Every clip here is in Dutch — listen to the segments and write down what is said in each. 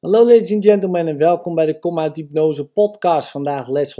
Hallo ladies and gentlemen en welkom bij de Kom uit Hypnose podcast. Vandaag les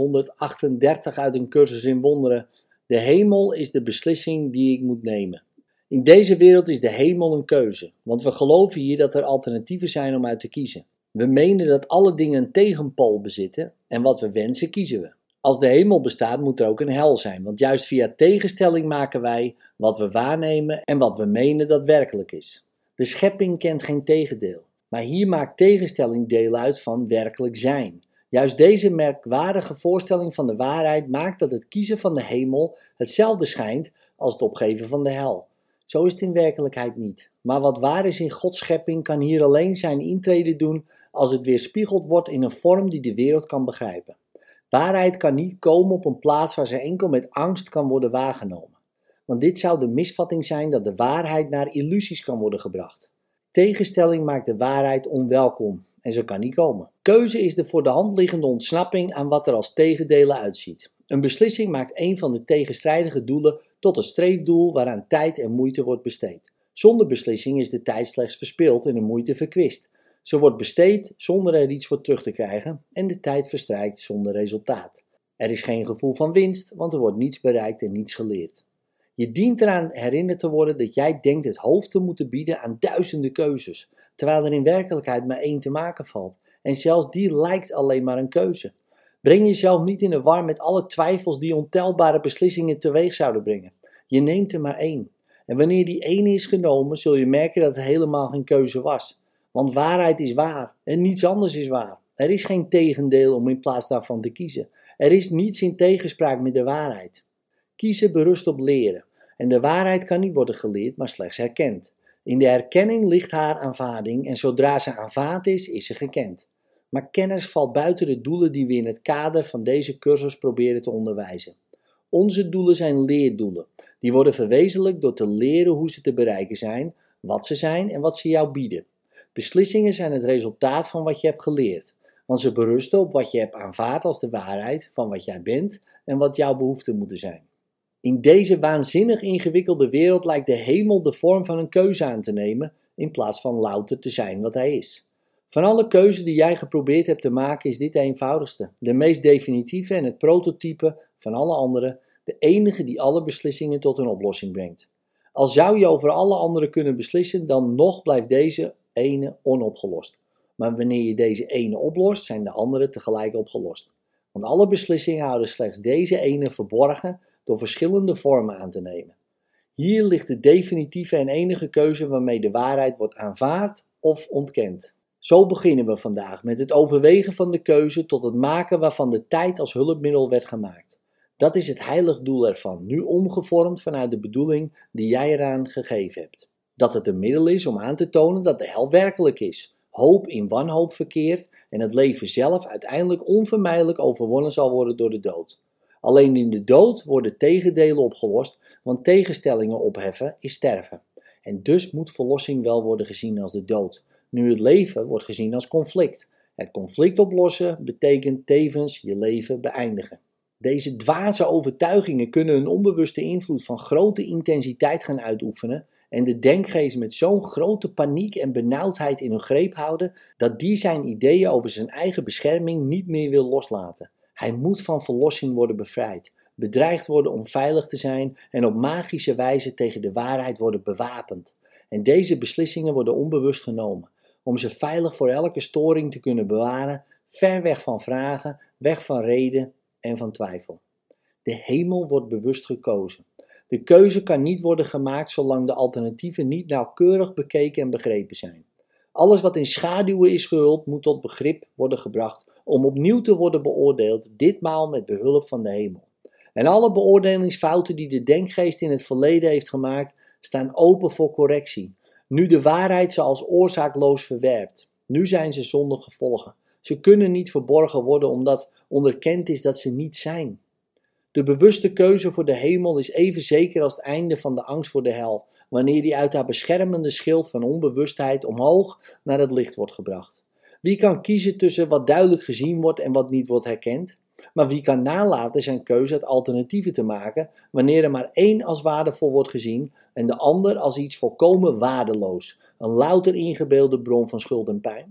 138 uit een cursus in wonderen. De hemel is de beslissing die ik moet nemen. In deze wereld is de hemel een keuze, want we geloven hier dat er alternatieven zijn om uit te kiezen. We menen dat alle dingen een tegenpool bezitten en wat we wensen kiezen we. Als de hemel bestaat moet er ook een hel zijn, want juist via tegenstelling maken wij wat we waarnemen en wat we menen dat werkelijk is. De schepping kent geen tegendeel. Maar hier maakt tegenstelling deel uit van werkelijk zijn. Juist deze merkwaardige voorstelling van de waarheid maakt dat het kiezen van de hemel hetzelfde schijnt als het opgeven van de hel. Zo is het in werkelijkheid niet. Maar wat waar is in Gods schepping kan hier alleen zijn intrede doen als het weerspiegeld wordt in een vorm die de wereld kan begrijpen. Waarheid kan niet komen op een plaats waar ze enkel met angst kan worden waargenomen. Want dit zou de misvatting zijn dat de waarheid naar illusies kan worden gebracht. Tegenstelling maakt de waarheid onwelkom en ze kan niet komen. Keuze is de voor de hand liggende ontsnapping aan wat er als tegendelen uitziet. Een beslissing maakt een van de tegenstrijdige doelen tot een streefdoel waaraan tijd en moeite wordt besteed. Zonder beslissing is de tijd slechts verspild en de moeite verkwist. Ze wordt besteed zonder er iets voor terug te krijgen en de tijd verstrijkt zonder resultaat. Er is geen gevoel van winst, want er wordt niets bereikt en niets geleerd. Je dient eraan herinnerd te worden dat jij denkt het hoofd te moeten bieden aan duizenden keuzes, terwijl er in werkelijkheid maar één te maken valt. En zelfs die lijkt alleen maar een keuze. Breng jezelf niet in de war met alle twijfels die ontelbare beslissingen teweeg zouden brengen. Je neemt er maar één. En wanneer die ene is genomen, zul je merken dat het helemaal geen keuze was. Want waarheid is waar en niets anders is waar. Er is geen tegendeel om in plaats daarvan te kiezen. Er is niets in tegenspraak met de waarheid. Kiezen berust op leren. En de waarheid kan niet worden geleerd, maar slechts herkend. In de erkenning ligt haar aanvaarding en zodra ze aanvaard is, is ze gekend. Maar kennis valt buiten de doelen die we in het kader van deze cursus proberen te onderwijzen. Onze doelen zijn leerdoelen. Die worden verwezenlijkt door te leren hoe ze te bereiken zijn, wat ze zijn en wat ze jou bieden. Beslissingen zijn het resultaat van wat je hebt geleerd, want ze berusten op wat je hebt aanvaard als de waarheid van wat jij bent en wat jouw behoeften moeten zijn. In deze waanzinnig ingewikkelde wereld lijkt de hemel de vorm van een keuze aan te nemen, in plaats van louter te zijn wat hij is. Van alle keuzes die jij geprobeerd hebt te maken is dit de eenvoudigste, de meest definitieve en het prototype van alle andere, de enige die alle beslissingen tot een oplossing brengt. Al zou je over alle anderen kunnen beslissen, dan nog blijft deze ene onopgelost. Maar wanneer je deze ene oplost, zijn de andere tegelijk opgelost. Want alle beslissingen houden slechts deze ene verborgen door verschillende vormen aan te nemen. Hier ligt de definitieve en enige keuze waarmee de waarheid wordt aanvaard of ontkend. Zo beginnen we vandaag met het overwegen van de keuze tot het maken waarvan de tijd als hulpmiddel werd gemaakt. Dat is het heilig doel ervan, nu omgevormd vanuit de bedoeling die jij eraan gegeven hebt. Dat het een middel is om aan te tonen dat de hel werkelijk is, hoop in wanhoop verkeert en het leven zelf uiteindelijk onvermijdelijk overwonnen zal worden door de dood. Alleen in de dood worden tegendelen opgelost, want tegenstellingen opheffen is sterven. En dus moet verlossing wel worden gezien als de dood, nu het leven wordt gezien als conflict. Het conflict oplossen betekent tevens je leven beëindigen. Deze dwaze overtuigingen kunnen een onbewuste invloed van grote intensiteit gaan uitoefenen en de denkgeest met zo'n grote paniek en benauwdheid in hun greep houden, dat die zijn ideeën over zijn eigen bescherming niet meer wil loslaten. Hij moet van verlossing worden bevrijd, bedreigd worden om veilig te zijn en op magische wijze tegen de waarheid worden bewapend. En deze beslissingen worden onbewust genomen, om ze veilig voor elke storing te kunnen bewaren, ver weg van vragen, weg van reden en van twijfel. De hemel wordt bewust gekozen. De keuze kan niet worden gemaakt zolang de alternatieven niet nauwkeurig bekeken en begrepen zijn. Alles wat in schaduwen is gehuld moet tot begrip worden gebracht om opnieuw te worden beoordeeld, ditmaal met behulp van de hemel. En alle beoordelingsfouten die de denkgeest in het verleden heeft gemaakt, staan open voor correctie. Nu de waarheid ze als oorzaakloos verwerpt. Nu zijn ze zonder gevolgen. Ze kunnen niet verborgen worden omdat onderkend is dat ze niet zijn. De bewuste keuze voor de hemel is even zeker als het einde van de angst voor de hel, wanneer die uit haar beschermende schild van onbewustheid omhoog naar het licht wordt gebracht. Wie kan kiezen tussen wat duidelijk gezien wordt en wat niet wordt herkend? Maar wie kan nalaten zijn keuze uit alternatieven te maken, wanneer er maar één als waardevol wordt gezien en de ander als iets volkomen waardeloos, een louter ingebeelde bron van schuld en pijn?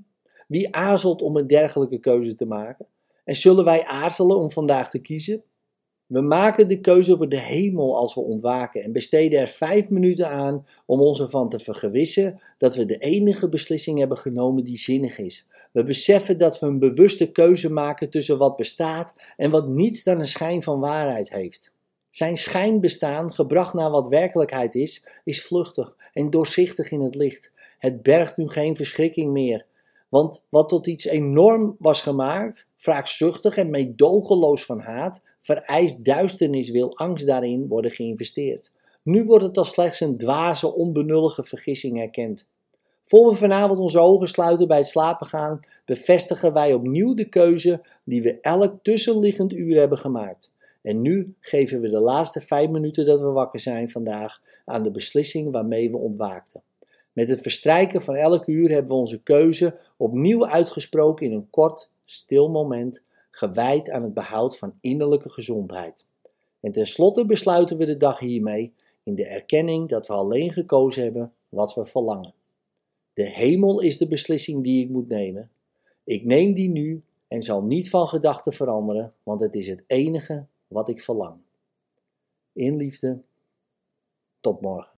Wie aarzelt om een dergelijke keuze te maken? En zullen wij aarzelen om vandaag te kiezen? We maken de keuze voor de hemel als we ontwaken en besteden er 5 minuten aan om ons ervan te vergewissen dat we de enige beslissing hebben genomen die zinnig is. We beseffen dat we een bewuste keuze maken tussen wat bestaat en wat niets dan een schijn van waarheid heeft. Zijn schijnbestaan, gebracht naar wat werkelijkheid is vluchtig en doorzichtig in het licht. Het bergt nu geen verschrikking meer. Want wat tot iets enorm was gemaakt, wraakzuchtig en meedogenloos van haat, vereist duisternis, wil angst daarin worden geïnvesteerd. Nu wordt het als slechts een dwaze, onbenullige vergissing erkend. Voor we vanavond onze ogen sluiten bij het slapen gaan, bevestigen wij opnieuw de keuze die we elk tussenliggend uur hebben gemaakt. En nu geven we de laatste 5 minuten dat we wakker zijn vandaag aan de beslissing waarmee we ontwaakten. Met het verstrijken van elk uur hebben we onze keuze opnieuw uitgesproken in een kort, stil moment, gewijd aan het behoud van innerlijke gezondheid. En tenslotte besluiten we de dag hiermee in de erkenning dat we alleen gekozen hebben wat we verlangen. De hemel is de beslissing die ik moet nemen. Ik neem die nu en zal niet van gedachten veranderen, want het is het enige wat ik verlang. In liefde, tot morgen.